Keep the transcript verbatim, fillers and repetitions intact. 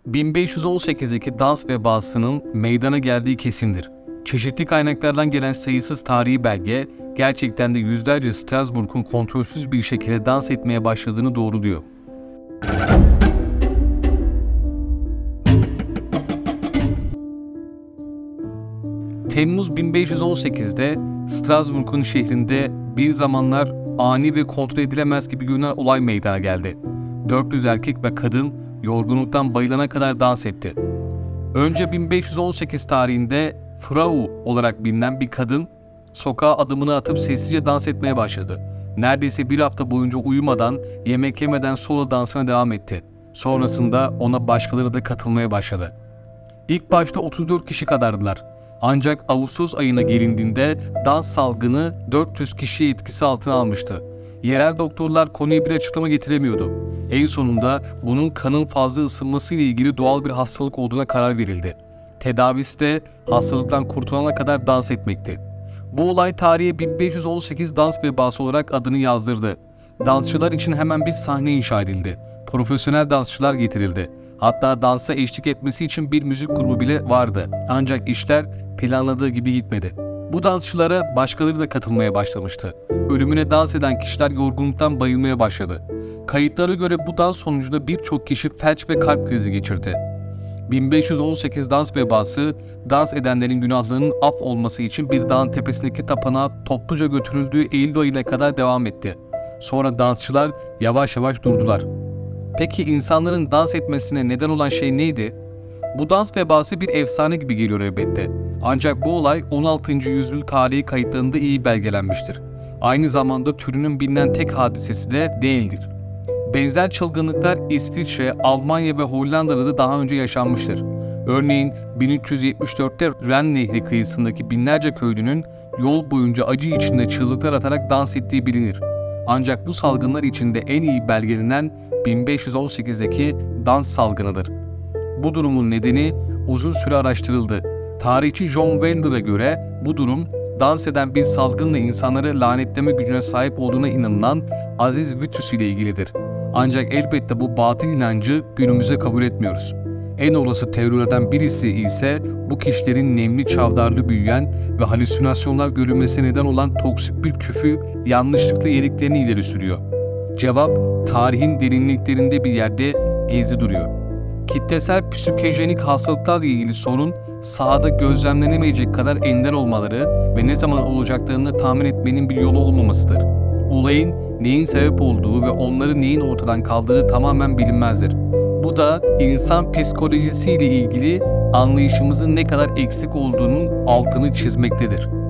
bin beş yüz on sekizdeki dans vebasının meydana geldiği kesindir. Çeşitli kaynaklardan gelen sayısız tarihi belge, gerçekten de yüzlerce Strasbourg'un kontrolsüz bir şekilde dans etmeye başladığını doğruluyor. Temmuz bin beş yüz on sekizde Strasbourg'un şehrinde bir zamanlar ani ve kontrol edilemez gibi görünen olay meydana geldi. dört yüz erkek ve kadın yorgunluktan bayılana kadar dans etti. Önce bin beş yüz on sekiz tarihinde Frau olarak bilinen bir kadın sokağa adımını atıp sessizce dans etmeye başladı. Neredeyse bir hafta boyunca uyumadan, yemek yemeden solo dansına devam etti. Sonrasında ona başkaları da katılmaya başladı. İlk başta otuz dört kişi kadardılar. Ancak Ağustos ayına gelindiğinde dans salgını dört yüz kişiyi etkisi altına almıştı. Yerel doktorlar konuya bir açıklama getiremiyordu. En sonunda bunun kanın fazla ısınması ile ilgili doğal bir hastalık olduğuna karar verildi. Tedavisi de hastalıktan kurtulana kadar dans etmekti. Bu olay tarihe bin beş yüz on sekiz dans vebası olarak adını yazdırdı. Dansçılar için hemen bir sahne inşa edildi. Profesyonel dansçılar getirildi. Hatta dansa eşlik etmesi için bir müzik grubu bile vardı. Ancak işler planladığı gibi gitmedi. Bu dansçılara başkaları da katılmaya başlamıştı. Ölümüne dans eden kişiler yorgunluktan bayılmaya başladı. Kayıtlara göre bu dans sonucunda birçok kişi felç ve kalp krizi geçirdi. bin beş yüz on sekiz dans vebası, dans edenlerin günahlarının af olması için bir dağın tepesindeki tapınağa topluca götürüldüğü Eylül ayına kadar devam etti. Sonra dansçılar yavaş yavaş durdular. Peki insanların dans etmesine neden olan şey neydi? Bu dans vebası bir efsane gibi geliyor elbette. Ancak bu olay on altıncı yüzyıl tarihi kayıtlarında iyi belgelenmiştir. Aynı zamanda türünün bilinen tek hadisesi de değildir. Benzer çılgınlıklar İsviçre, Almanya ve Hollanda'da da daha önce yaşanmıştır. Örneğin bin üç yüz yetmiş dörtte Ren Nehri kıyısındaki binlerce köylünün yol boyunca acı içinde çığlıklar atarak dans ettiği bilinir. Ancak bu salgınlar içinde en iyi belgelenen bin beş yüz on sekizdeki dans salgınıdır. Bu durumun nedeni uzun süre araştırıldı. Tarihçi John Wilder'a göre bu durum dans eden bir salgınla insanları lanetleme gücüne sahip olduğuna inanılan Aziz Vitus ile ilgilidir. Ancak elbette bu batıl inancı günümüzde kabul etmiyoruz. En olası teorilerden birisi ise bu kişilerin nemli çavdarlı büyüyen ve halüsinasyonlar görülmesine neden olan toksik bir küfü yanlışlıkla yediklerini ileri sürüyor. Cevap tarihin derinliklerinde bir yerde gizli duruyor. Kitlesel psikojenik hastalıklarla ilgili sorun sahada gözlemlenemeyecek kadar ender olmaları ve ne zaman olacaklarını tahmin etmenin bir yolu olmamasıdır. Olayın neyin sebep olduğu ve onları neyin ortadan kaldırdığı tamamen bilinmezdir. Bu da insan psikolojisiyle ilgili anlayışımızın ne kadar eksik olduğunun altını çizmektedir.